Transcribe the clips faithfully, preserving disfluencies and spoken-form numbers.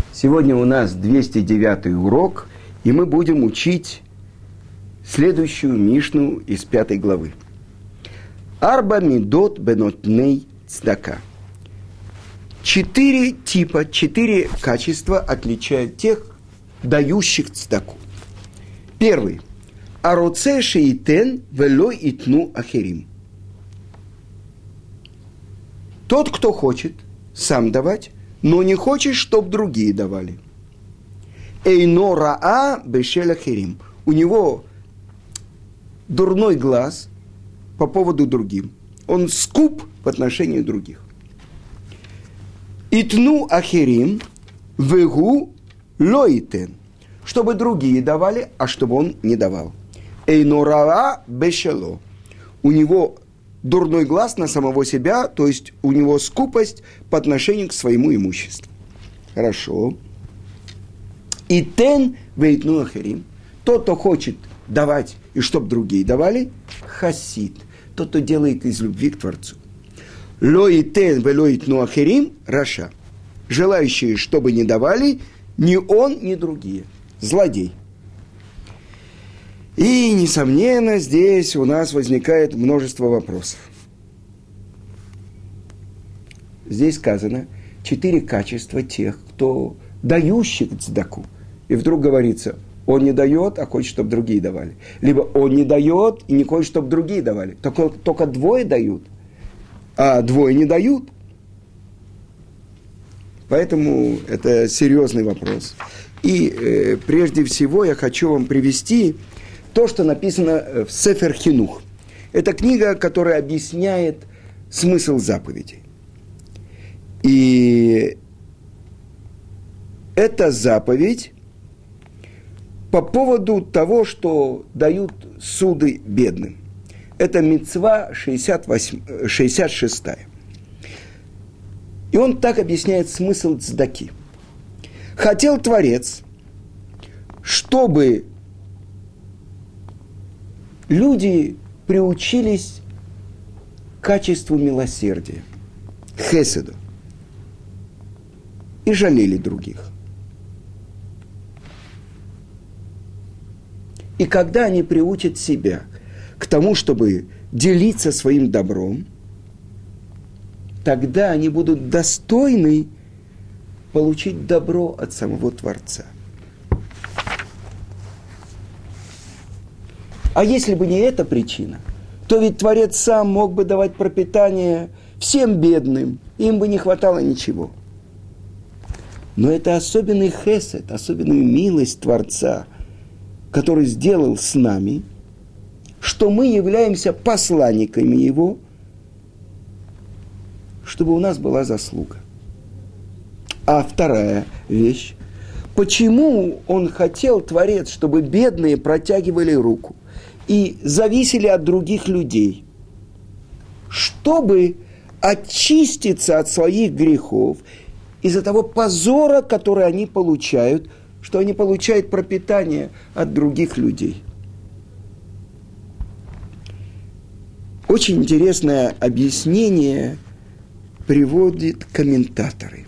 Сегодня у нас двести девятый урок, и мы будем учить следующую Мишну из пятой главы. Арба мидот бенотней цдака. Четыре типа, четыре качества отличают тех, дающих цдаку. Первый. Ароце шеитен вело итну ахерим. Тот, кто хочет сам давать, но не хочет, чтобы другие давали. Эйно раа бешель ахерим. У него дурной глаз по поводу другим. Он скуп в отношении других. Итну ахерим вегу лоитен. Чтобы другие давали, а чтобы он не давал. Эйно раа бешело. У него дурной глаз на самого себя, то есть у него скупость по отношению к своему имуществу. Хорошо. И тен вейтну ахерим. Тот, кто хочет давать, и чтобы другие давали, хасид. Тот, кто делает из любви к Творцу. Ло и тен велоитну ахерим раша. Желающие, чтобы не давали, ни он, ни другие. Злодей. И, несомненно, здесь у нас возникает множество вопросов. Здесь сказано четыре качества тех, кто дающих цдаку. И вдруг говорится, он не дает, а хочет, чтобы другие давали. Либо он не дает и не хочет, чтобы другие давали. Только, только двое дают, а двое не дают. Поэтому это серьезный вопрос. И э, прежде всего я хочу вам привести то, что написано в Сефер Хинух. Это книга, которая объясняет смысл заповедей. И эта заповедь по поводу того, что дают суды бедным. Это мицва шестьдесят шестая. И он так объясняет смысл цдаки. Хотел Творец, чтобы люди приучились к качеству милосердия, хеседу, и жалели других. И когда они приучат себя к тому, чтобы делиться своим добром, тогда они будут достойны получить добро от самого Творца. А если бы не эта причина, то ведь Творец сам мог бы давать пропитание всем бедным, им бы не хватало ничего. Но это особенный хесед, особенную милость Творца, который сделал с нами, что мы являемся посланниками Его, чтобы у нас была заслуга. А вторая вещь. Почему он хотел, Творец, чтобы бедные протягивали руку и зависели от других людей? Чтобы очиститься от своих грехов из-за того позора, который они получают, что они получают пропитание от других людей. Очень интересное объяснение приводят комментаторы.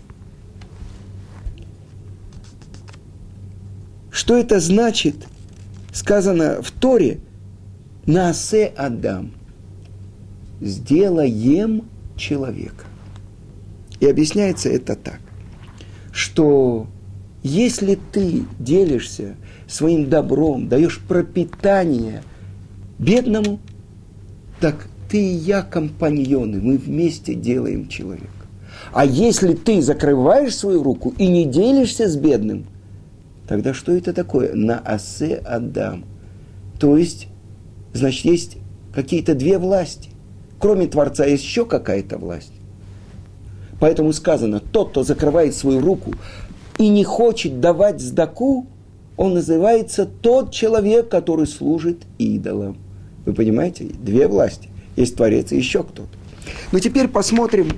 Что это значит? Сказано в Торе «Наасе Адам» – «сделаем человека». И объясняется это так, что если ты делишься своим добром, даешь пропитание бедному, так ты и я компаньоны, мы вместе делаем человека. А если ты закрываешь свою руку и не делишься с бедным, тогда что это такое? Наасе Адам. То есть, значит, есть какие-то две власти. Кроме Творца есть еще какая-то власть. Поэтому сказано, тот, кто закрывает свою руку и не хочет давать цдаку, он называется тот человек, который служит идолам. Вы понимаете? Две власти. Есть Творец и еще кто-то. Но теперь посмотрим,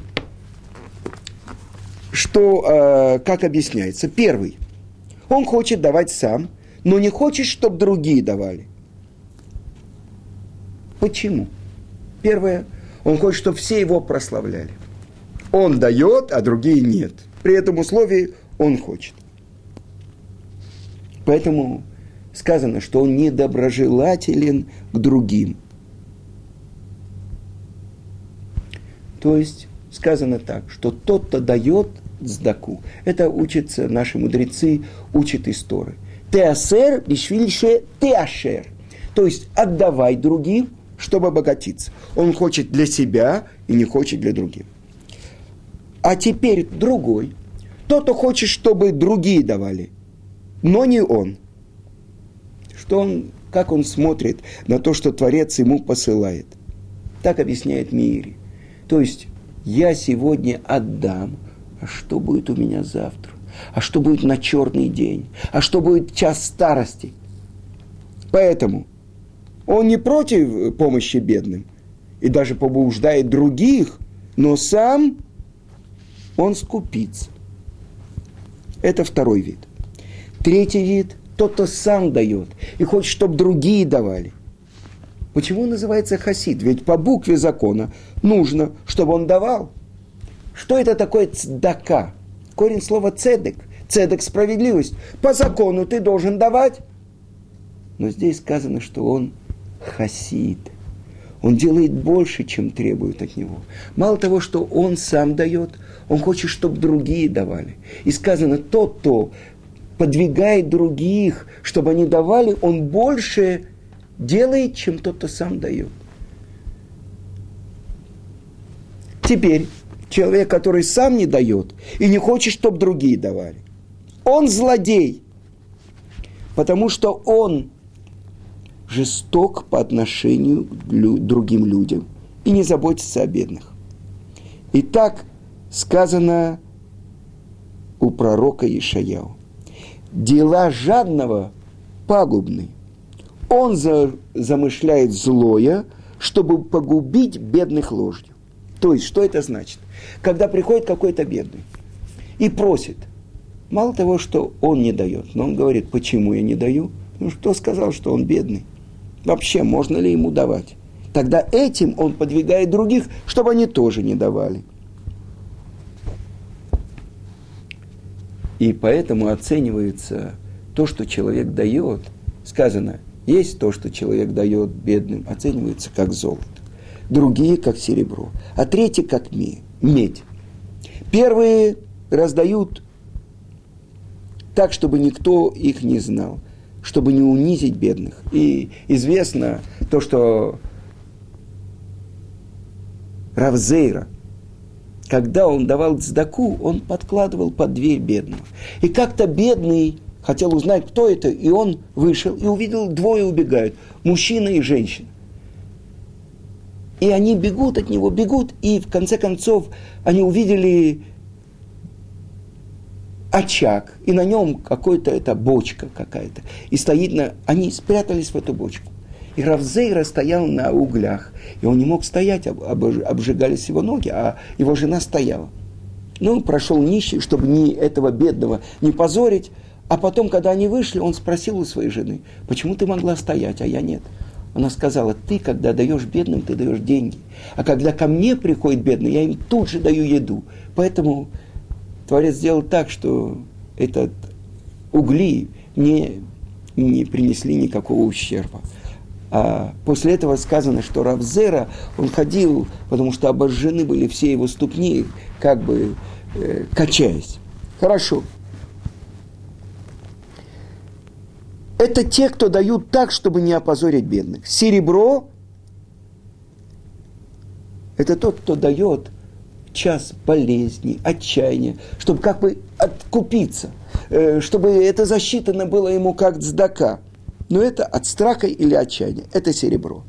что, э, как объясняется. Первый. Он хочет давать сам, но не хочет, чтобы другие давали. Почему? Первое. Он хочет, чтобы все его прославляли. Он дает, а другие нет. При этом условии он хочет. Поэтому сказано, что он недоброжелателен к другим. То есть сказано так, что тот, кто дает цдаку, это учатся наши мудрецы, учат из Торы. Теасер бишвильше теашер. То есть отдавай другим, чтобы обогатиться. Он хочет для себя и не хочет для других. А теперь другой. Тот, кто хочет, чтобы другие давали, но не он. Что он, как он смотрит на то, что Творец ему посылает. Так объясняет Мири. То есть, я сегодня отдам, а что будет у меня завтра? А что будет на черный день? А что будет в час старости? Поэтому он не против помощи бедным и даже побуждает других, но сам он скупится. Это второй вид. Третий вид – тот, кто сам дает и хочет, чтобы другие давали. Почему он называется хасид? Ведь по букве закона нужно, чтобы он давал. Что это такое цдака? Корень слова цедек. Цедек – справедливость. По закону ты должен давать. Но здесь сказано, что он хасид. Он делает больше, чем требуют от него. Мало того, что он сам дает, он хочет, чтобы другие давали. И сказано, тот, кто подвигает других, чтобы они давали, он больше делает, чем тот, кто сам дает. Теперь человек, который сам не дает и не хочет, чтобы другие давали, он злодей, потому что он жесток по отношению к другим людям и не заботится о бедных. И так сказано у пророка Ишаяу. Дела жадного пагубны. Он за, замышляет злое, чтобы погубить бедных ложью. То есть, что это значит? Когда приходит какой-то бедный и просит, мало того, что он не дает, но он говорит, почему я не даю? Ну, кто сказал, что он бедный? Вообще, можно ли ему давать? Тогда этим он подвигает других, чтобы они тоже не давали. И поэтому оценивается то, что человек дает. Сказано, есть то, что человек дает бедным, оценивается как золото. Другие как серебро, а третьи как медь. Первые раздают так, чтобы никто их не знал, чтобы не унизить бедных. И известно то, что Рав Зейра, когда он давал цдаку, он подкладывал под дверь бедного. И как-то бедный хотел узнать, кто это, и он вышел и увидел, двое убегают, мужчина и женщина. И они бегут от него, бегут, и в конце концов они увидели очаг, и на нем какая-то эта бочка какая-то. И стоит на... Они спрятались в эту бочку. И Рав Зейра стоял на углях, и он не мог стоять, об, обжигались его ноги, а его жена стояла. Ну, прошел нищий, чтобы ни этого бедного не позорить, а потом, когда они вышли, он спросил у своей жены, почему ты могла стоять, а я нет? Она сказала, ты, когда даешь бедным, ты даешь деньги, а когда ко мне приходит бедный, я им тут же даю еду. Поэтому Творец сделал так, что этот угли не, не принесли никакого ущерба. А после этого сказано, что Рав Зейра, он ходил, потому что обожжены были все его ступни, как бы э, качаясь. Хорошо. Это те, кто дают так, чтобы не опозорить бедных. Серебро – это тот, кто дает в час болезни, отчаяния, чтобы как бы откупиться, э, чтобы это засчитано было ему как цдака. Но это от страха или отчаяния. Это серебро.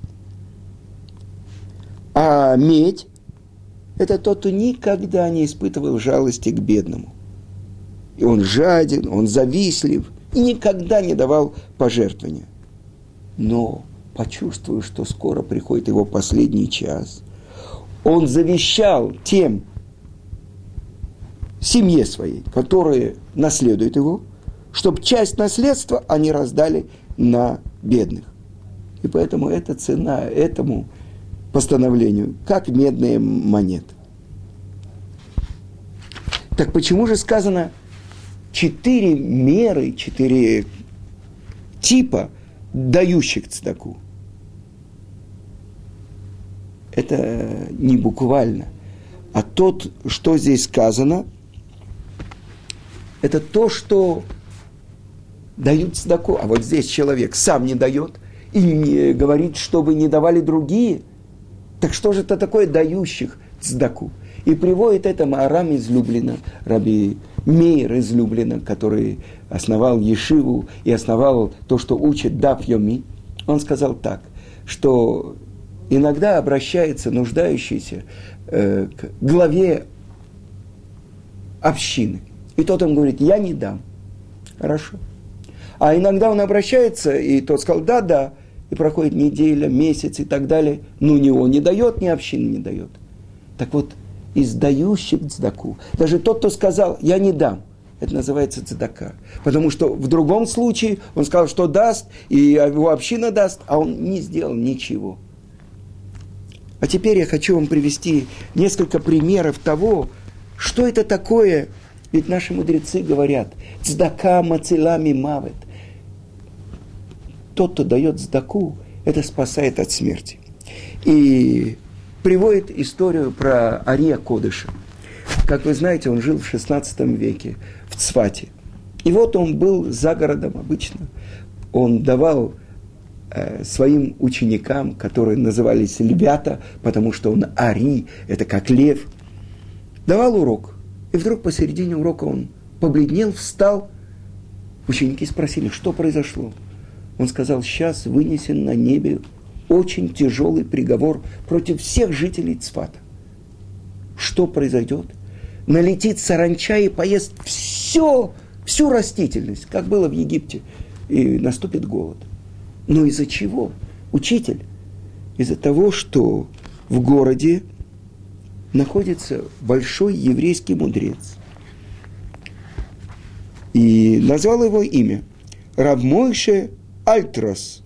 А медь – это тот, кто никогда не испытывал жалости к бедному. И он жаден, он завистлив, и никогда не давал пожертвования. Но, почувствуя, что скоро приходит его последний час, он завещал тем семье своей, которые наследуют его, чтобы часть наследства они раздали на бедных. И поэтому это цена этому постановлению, как медные монеты. Так почему же сказано четыре меры, четыре типа дающих цдаку. Это не буквально. А тот, что здесь сказано, это то, что дают цдаку. А вот здесь человек сам не дает и не говорит, чтобы не давали другие. Так что же это такое дающих цдаку? И приводит это Маарам из Люблина, Раби Мейер из Люблина, который основал Ешиву и основал то, что учит Дав Йоми. Он сказал так, что иногда обращается нуждающийся э, к главе общины. И тот ему говорит, я не дам. Хорошо. А иногда он обращается, и тот сказал, да, да. И проходит неделя, месяц и так далее. Но ни он не дает, ни община не дает. Так вот, из дающих цдаку, даже тот, кто сказал, я не дам, это называется цдака. Потому что в другом случае он сказал, что даст, и его община даст, а он не сделал ничего. А теперь я хочу вам привести несколько примеров того, что это такое. Ведь наши мудрецы говорят, цдака мацилами мавет. Тот, кто дает цдаку, это спасает от смерти. И приводит историю про Ария Кодыша. Как вы знаете, он жил в шестнадцатом веке в Цфате. И вот он был за городом обычно. Он давал э, своим ученикам, которые назывались львята, потому что он Ари, это как лев, давал урок. И вдруг посередине урока он побледнел, встал. Ученики спросили, что произошло. Он сказал, сейчас вынесен на небе очень тяжелый приговор против всех жителей Цфата. Что произойдет? Налетит саранча и поест все, всю растительность, как было в Египте, и наступит голод. Но из-за чего? Учитель. Из-за того, что в городе находится большой еврейский мудрец. И назвал его имя Рав Мойше Альтрос,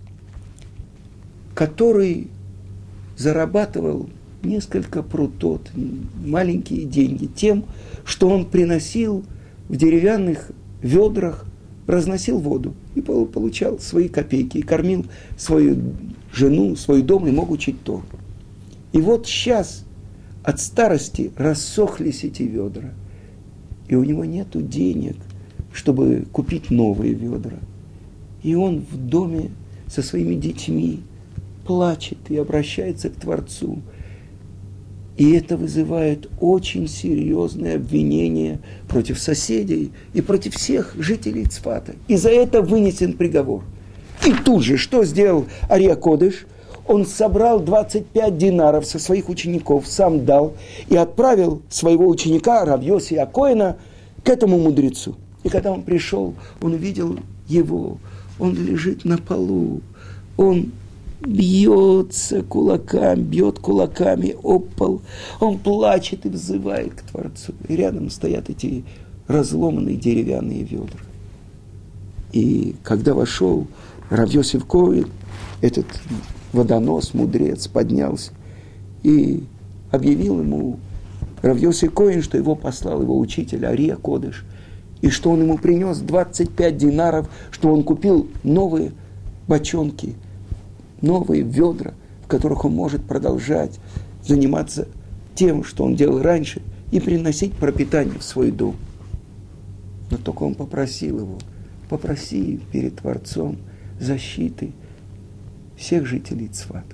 который зарабатывал несколько прутот, маленькие деньги, тем, что он приносил в деревянных ведрах, разносил воду и получал свои копейки, и кормил свою жену, свой дом и мог учить Тору. И вот сейчас от старости рассохлись эти ведра, и у него нет денег, чтобы купить новые ведра. И он в доме со своими детьми плачет и обращается к Творцу. И это вызывает очень серьезное обвинение против соседей и против всех жителей Цфата. И за это вынесен приговор. И тут же, что сделал Ария Кодыш? Он собрал двадцать пять динаров со своих учеников, сам дал, и отправил своего ученика, Рав Йоси Акоина, к этому мудрецу. И когда он пришел, он увидел его, он лежит на полу, он бьется кулаками, бьет кулаками об пол, он плачет и взывает к Творцу. И рядом стоят эти разломанные деревянные ведра. И когда вошел Рав Йосиф Коэн, этот водонос, мудрец, поднялся и объявил ему Рав Йосиф Коэн, что его послал его учитель Ария Кодыш, и что он ему принес двадцать пять динаров, что он купил новые бочонки, новые ведра, в которых он может продолжать заниматься тем, что он делал раньше, и приносить пропитание в свой дом. Но только он попросил его, попроси перед Творцом защиты всех жителей Цфата.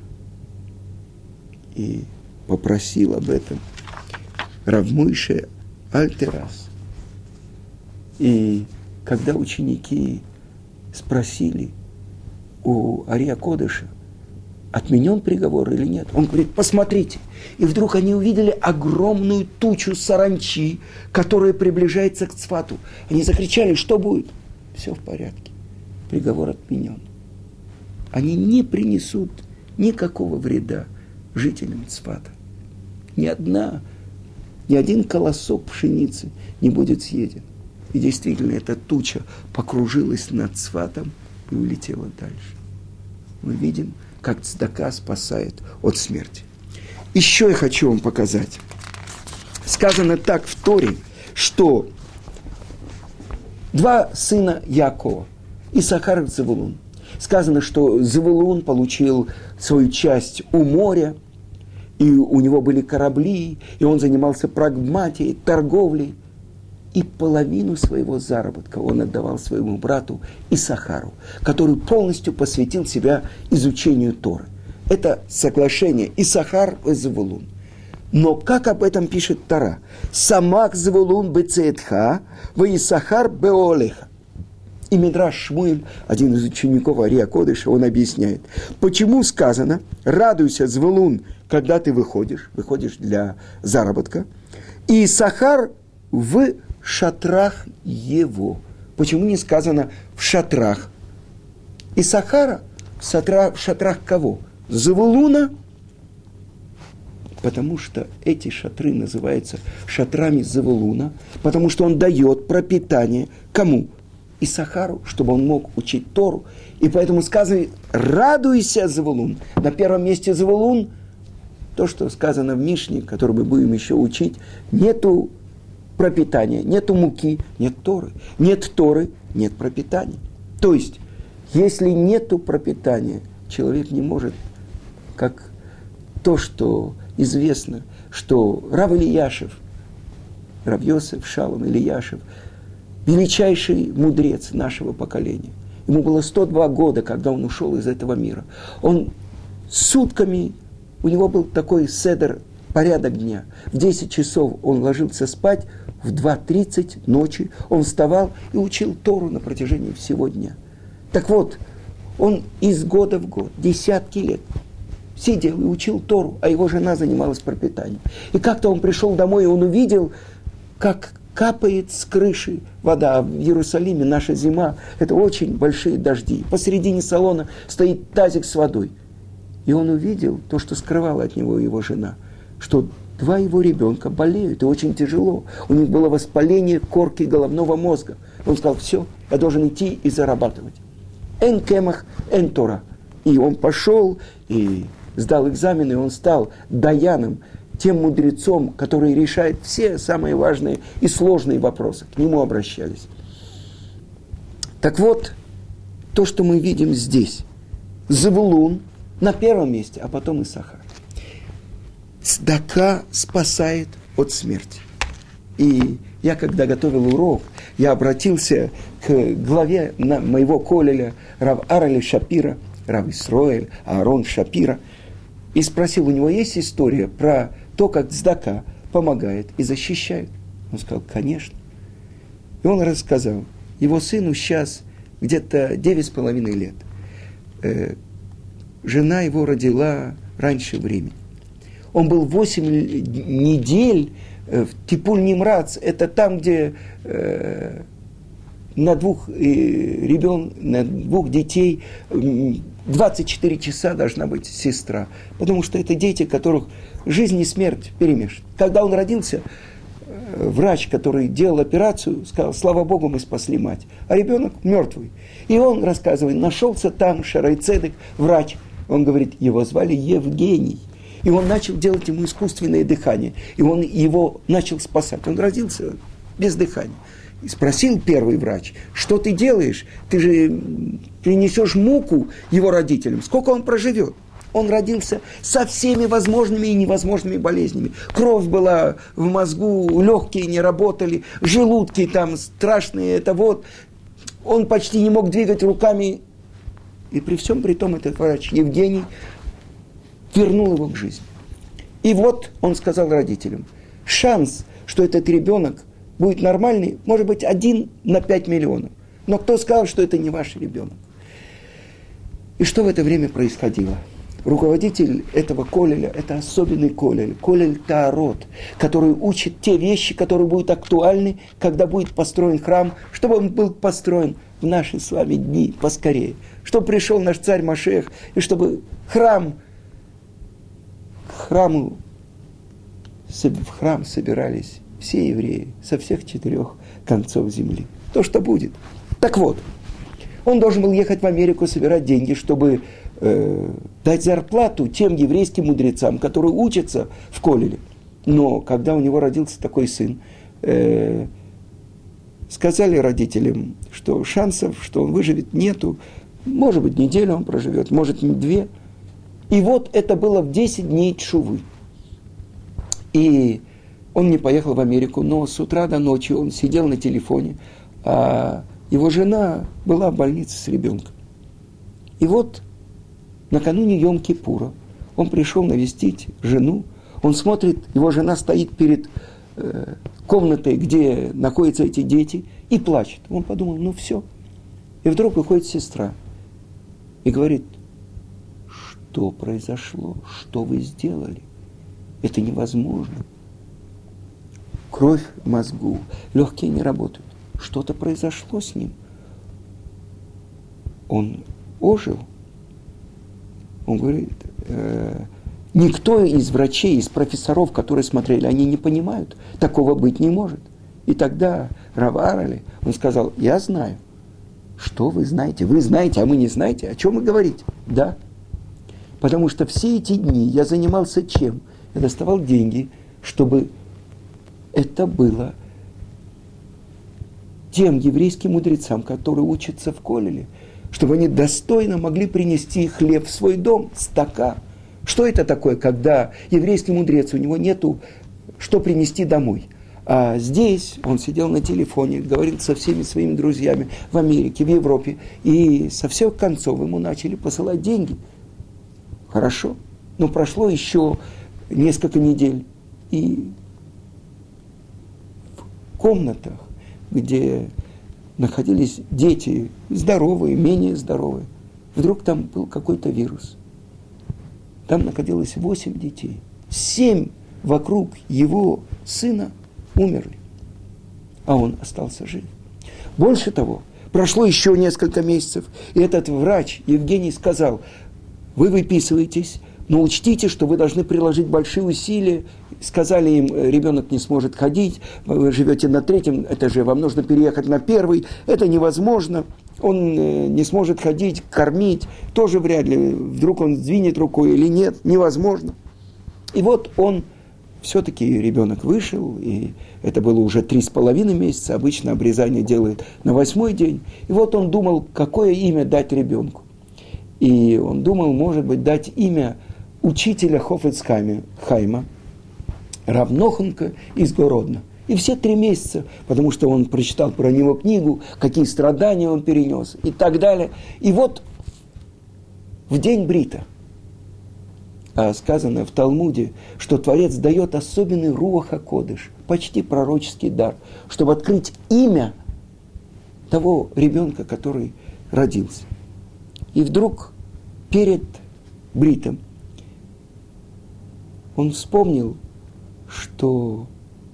И попросил об этом Рав Мойше Альтерас. И когда ученики спросили у Ария Кодыша, отменен приговор или нет, он говорит, посмотрите. И вдруг они увидели огромную тучу саранчи, которая приближается к Цфату. Они закричали, что будет? Все в порядке. Приговор отменен. Они не принесут никакого вреда жителям Цфата. Ни одна, ни один колосок пшеницы не будет съеден. И действительно, эта туча покружилась над Цфатом и улетела дальше. Мы видим, как цдака спасает от смерти. Еще я хочу вам показать. Сказано так в Торе, что два сына Якова, Исахар и Завулун, Сказано, что Завулун получил свою часть у моря, и у него были корабли, и он занимался прагматией, торговлей. И половину своего заработка он отдавал своему брату Исахару, который полностью посвятил себя изучению Торы. Это соглашение Исахар и Завулун. Но как об этом пишет Тора? «Самак Завулун бецеэтха, во Исахар беолеха». И Мидраш Шмуэль, один из учеников Ария Кодыша, он объясняет, почему сказано «радуйся, Завулун, когда ты выходишь, выходишь для заработка, и Исахар в шатрах его». Почему не сказано «в шатрах»? Исахара в шатрах, в шатрах кого? Завулуна? Потому что эти шатры называются шатрами Завулуна, потому что он дает пропитание кому? Исахару, чтобы он мог учить Тору. И поэтому сказано «радуйся, Завулун». На первом месте Завулун, то, что сказано в Мишне, который мы будем еще учить, нету пропитания, нету муки, нет Торы. Нет Торы, нет пропитания. То есть, если нету пропитания, человек не может, как то, что известно, что Рав Ильяшев, Рав Йосеф Шалом Ильяшев, величайший мудрец нашего поколения. Ему было сто два года, когда он ушел из этого мира. Он сутками, у него был такой седер, порядок дня. В десять часов он ложился спать, в два тридцать ночи он вставал и учил Тору на протяжении всего дня. Так вот, он из года в год, десятки лет, сидел и учил Тору, а его жена занималась пропитанием. И как-то он пришел домой, и он увидел, как капает с крыши вода. В Иерусалиме наша зима – это очень большие дожди. Посередине салона стоит тазик с водой. И он увидел то, что скрывала от него его жена, что два его ребенка болеют, и очень тяжело. У них было воспаление корки головного мозга. Он сказал: все, я должен идти и зарабатывать. Эн кемах, эн Тора. И он пошел и сдал экзамен, и он стал даяном, тем мудрецом, который решает все самые важные и сложные вопросы. К нему обращались. Так вот, то, что мы видим здесь. Завулун на первом месте, а потом Исахар. Цдака спасает от смерти. И я, когда готовил урок, я обратился к главе моего колеля, Рав Араля Шапира, Рав Исроэль, Аарон Шапира, и спросил, у него есть история про то, как цдака помогает и защищает. Он сказал: конечно. И он рассказал, его сыну сейчас где-то девять с половиной лет. Э, жена его родила раньше времени. Он был восемь недель в Типуль-Нимрац, это там, где э, на, двух, э, ребен, на двух детей двадцать четыре часа должна быть сестра. Потому что это дети, которых жизнь и смерть перемешаны. Когда он родился, э, врач, который делал операцию, сказал: слава Богу, мы спасли мать. А ребенок мертвый. И он рассказывает, нашелся там Шарай Цедек, врач. Он говорит, его звали Евгений. И он начал делать ему искусственное дыхание. И он его начал спасать. Он родился без дыхания. И спросил первый врач: что ты делаешь? Ты же принесешь муку его родителям. Сколько он проживет? Он родился со всеми возможными и невозможными болезнями. Кровь была в мозгу, легкие не работали, желудки там страшные. Это вот. Он почти не мог двигать руками. И при всем при том этот врач Евгений вернул его к жизни. И вот он сказал родителям: шанс, что этот ребенок будет нормальный, может быть один на пять миллионов. Но кто сказал, что это не ваш ребенок? И что в это время происходило? Руководитель этого колеля, это особенный колель, колель Таарот, который учит те вещи, которые будут актуальны, когда будет построен храм, чтобы он был построен в наши с вами дни поскорее. Чтобы пришел наш царь Машиах, и чтобы храм, к храму, в храм собирались все евреи со всех четырех концов земли. То, что будет. Так вот, он должен был ехать в Америку, собирать деньги, чтобы э, дать зарплату тем еврейским мудрецам, которые учатся в колеле. Но когда у него родился такой сын, э, сказали родителям, что шансов, что он выживет, нету. Может быть, неделю он проживет, может, не две. И вот это было в десять дней тшувы. И он не поехал в Америку, но с утра до ночи он сидел на телефоне, а его жена была в больнице с ребенком. И вот накануне Йом-Кипура он пришел навестить жену. Он смотрит, его жена стоит перед э, комнатой, где находятся эти дети, и плачет. Он подумал, ну все. И вдруг выходит сестра и говорит, что произошло, что вы сделали? Это невозможно. Кровь в мозгу, легкие не работают. Что-то произошло с ним. Он ожил. Он говорит, э, никто из врачей, из профессоров, которые смотрели, они не понимают, такого быть не может. И тогда Рав Ароли, он сказал, я знаю. Что вы знаете? Вы знаете, а мы не знаете? О чем вы говорите? Да. Потому что все эти дни я занимался чем? Я доставал деньги, чтобы это было тем еврейским мудрецам, которые учатся в колледже, чтобы они достойно могли принести хлеб в свой дом, стака. Что это такое, когда еврейский мудрец, у него нету что принести домой? А здесь он сидел на телефоне, говорил со всеми своими друзьями в Америке, в Европе, и со всех концов ему начали посылать деньги. Хорошо, но прошло еще несколько недель, и в комнатах, где находились дети, здоровые, менее здоровые, вдруг там был какой-то вирус. Там находилось восемь детей. Семь вокруг его сына умерли, а он остался жив. Больше того, прошло еще несколько месяцев, и этот врач Евгений сказал, вы выписываетесь, но учтите, что вы должны приложить большие усилия. Сказали им, ребенок не сможет ходить, вы живете на третьем этаже, вам нужно переехать на первый, это невозможно, он не сможет ходить, кормить, тоже вряд ли, вдруг он сдвинет рукой или нет, невозможно. И вот он, все-таки ребенок вышел, и это было уже три с половиной месяца, обычно обрезание делают на восьмой день, и вот он думал, какое имя дать ребенку. И он думал, может быть, дать имя учителя Хофец Хайма, Рав Ноханка из Городна. И все три месяца, потому что он прочитал про него книгу, какие страдания он перенес и так далее. И вот в день Брита, а сказано в Талмуде, что Творец дает особенный руах ха-кодеш, почти пророческий дар, чтобы открыть имя того ребенка, который родился. И вдруг перед Бритом он вспомнил, что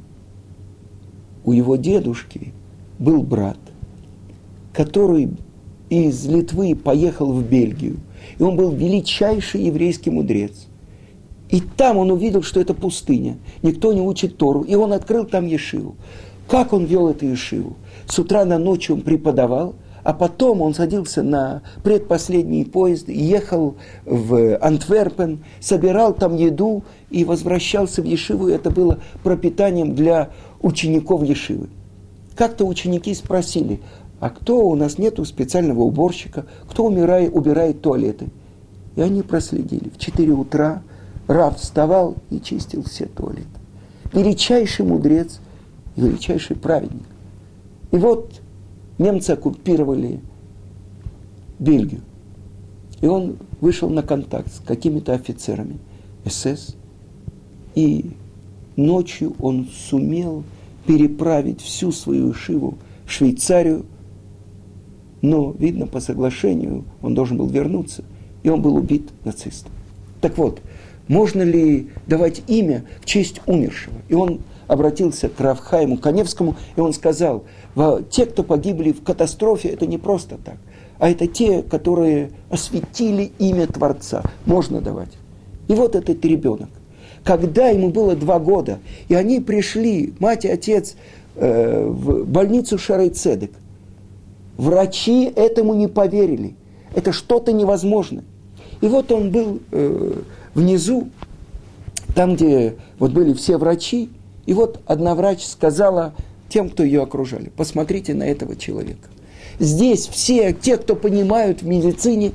у его дедушки был брат, который из Литвы поехал в Бельгию. И он был величайший еврейский мудрец. И там он увидел, что это пустыня. Никто не учит Тору. И он открыл там ешиву. Как он вел эту ешиву? С утра на ночь он преподавал, а потом он садился на предпоследний поезд, ехал в Антверпен, собирал там еду и возвращался в ешиву. И это было пропитанием для учеников ешивы. Как-то ученики спросили, а кто, у нас нету специального уборщика, кто умирает, убирает туалеты? И они проследили. В четыре утра Рав вставал и чистил все туалеты. Величайший мудрец и величайший праведник. И вот немцы оккупировали Бельгию. И он вышел на контакт с какими-то офицерами эс эс. И ночью он сумел переправить всю свою ешиву в Швейцарию. Но, видно, по соглашению он должен был вернуться. И он был убит нацистом. Так вот, можно ли давать имя в честь умершего? И он обратился к Рав Хайму Каневскому, и он сказал, те, кто погибли в катастрофе, это не просто так, а это те, которые осветили имя Творца. Можно давать. И вот этот ребенок. Когда ему было два года, и они пришли, мать и отец, э, в больницу Шарей Цедек, врачи этому не поверили. Это что-то невозможное. И вот он был э, внизу, там, где вот были все врачи, и вот одна врач сказала тем, кто ее окружали, посмотрите на этого человека. Здесь все те, кто понимают в медицине,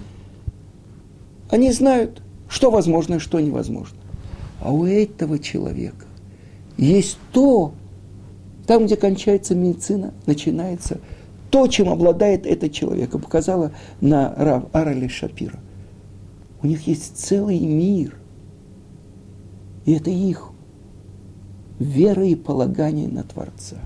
они знают, что возможно, что невозможно. А у этого человека есть то, там, где кончается медицина, начинается то, чем обладает этот человек. И показала на Рав Арали Шапира. У них есть целый мир. И это их вера и полагание на Творца.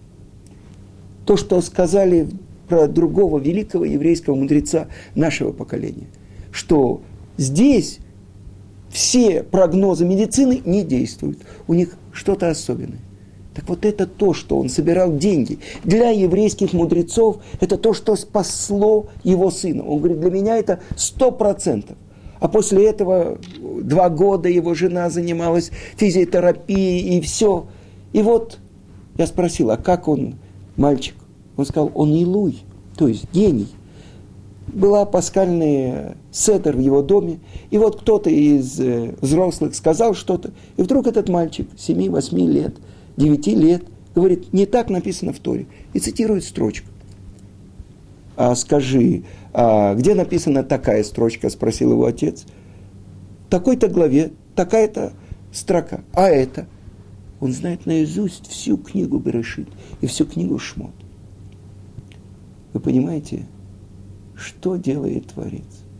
То, что сказали про другого великого еврейского мудреца нашего поколения, что здесь все прогнозы медицины не действуют. У них что-то особенное. Так вот это то, что он собирал деньги для еврейских мудрецов, это то, что спасло его сына. Он говорит, для меня это сто процентов. А после этого два года его жена занималась физиотерапией и все. И вот я спросил, а как он, мальчик? Он сказал, он илуй, то есть гений. Была пасхальная седер в его доме, и вот кто-то из э, взрослых сказал что-то, и вдруг этот мальчик семи-восьми лет, девяти лет, говорит, не так написано в Торе, и цитирует строчку. А скажи, а где написана такая строчка, спросил его отец. В такой-то главе, такая-то строка. А это? Он знает наизусть всю книгу Берешит и всю книгу Шмот. Вы понимаете, что делает Творец?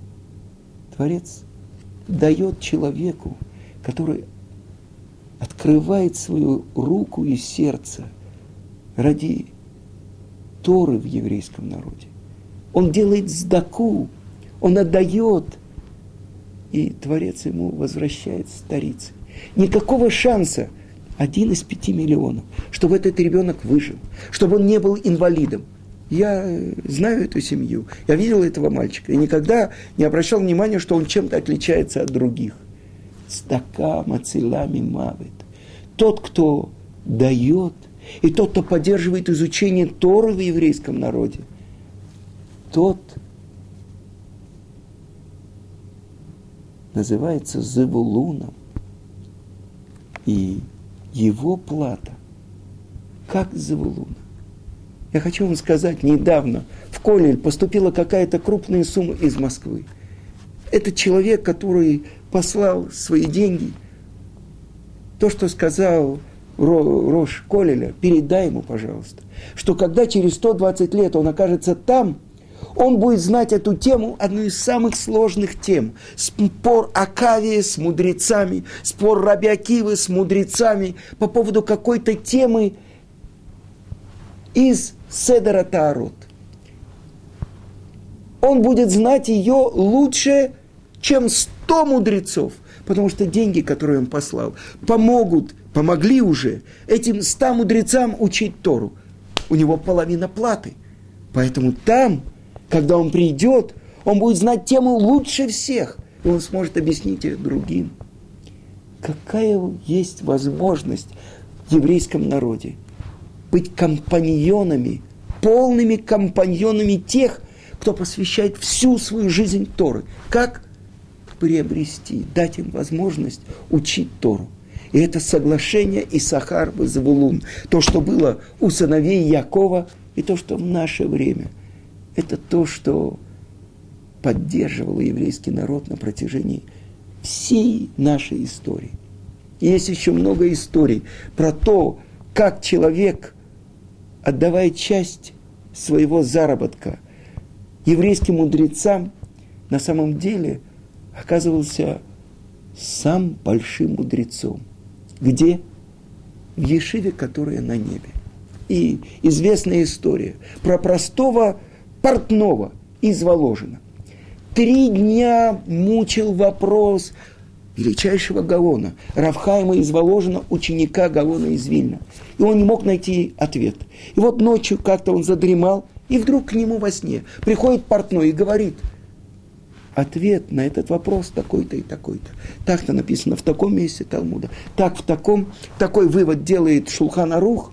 Творец дает человеку, который открывает свою руку и сердце ради Торы в еврейском народе. Он делает сдаку, он отдает, и Творец ему возвращает старицей. Никакого шанса, один из пяти миллионов, чтобы этот ребенок выжил, чтобы он не был инвалидом. Я знаю эту семью, я видел этого мальчика, и никогда не обращал внимания, что он чем-то отличается от других. Цдака мацилами мавит. Тот, кто дает, и тот, кто поддерживает изучение Торы в еврейском народе, тот называется Зевулуном. И его плата, как Зевулуна. Я хочу вам сказать, недавно в Колель поступила какая-то крупная сумма из Москвы. Это человек, который послал свои деньги. То, что сказал Рош Колеля, передай ему, пожалуйста, что когда через сто двадцать лет он окажется там, он будет знать эту тему, одну из самых сложных тем. Спор Акавии с мудрецами, спор Раби Акивы с мудрецами по поводу какой-то темы из Седера Таарот. Он будет знать ее лучше, чем сто мудрецов, потому что деньги, которые он послал, помогут, помогли уже этим ста мудрецам учить Тору. У него половина платы. Поэтому там, когда он придет, он будет знать тему лучше всех, и он сможет объяснить ее другим. Какая есть возможность в еврейском народе быть компаньонами, полными компаньонами тех, кто посвящает всю свою жизнь Торы. Как приобрести, дать им возможность учить Тору. И это соглашение Исахар Завулун, то, что было у сыновей Якова, и то, что в наше время. Это то, что поддерживало еврейский народ на протяжении всей нашей истории. И есть еще много историй про то, как человек, отдавая часть своего заработка еврейским мудрецам, на самом деле оказывался сам большим мудрецом. Где? В Ешиве, которая на небе. И известная история про простого портного из Воложина. Три дня мучил вопрос величайшего Гаона, Рав Хаима из Воложина, ученика Гаона из Вильна. И он не мог найти ответ. И вот ночью как-то он задремал, и вдруг к нему во сне приходит портной и говорит: ответ на этот вопрос такой-то и такой-то. Так-то написано в таком месте Талмуда. Так в таком, такой вывод делает Шулхан Арух.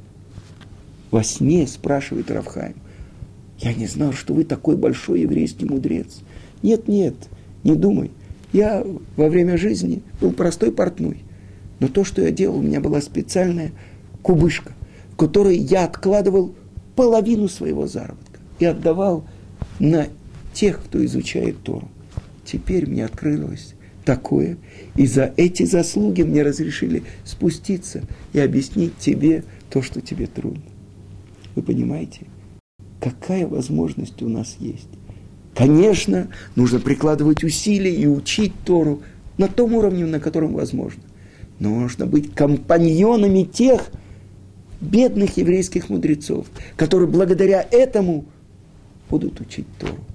Во сне спрашивает Рав Хаим: я не знал, что вы такой большой еврейский мудрец. Нет, нет, не думай. Я во время жизни был простой портной. Но то, что я делал, у меня была специальная кубышка, в которой я откладывал половину своего заработка. и отдавал на тех, кто изучает Тору. Теперь мне открылось такое, и за эти заслуги мне разрешили спуститься и объяснить тебе то, что тебе трудно. Вы понимаете, какая возможность у нас есть? Конечно, нужно прикладывать усилия и учить Тору на том уровне, на котором возможно. Но нужно быть компаньонами тех бедных еврейских мудрецов, которые благодаря этому будут учить Тору.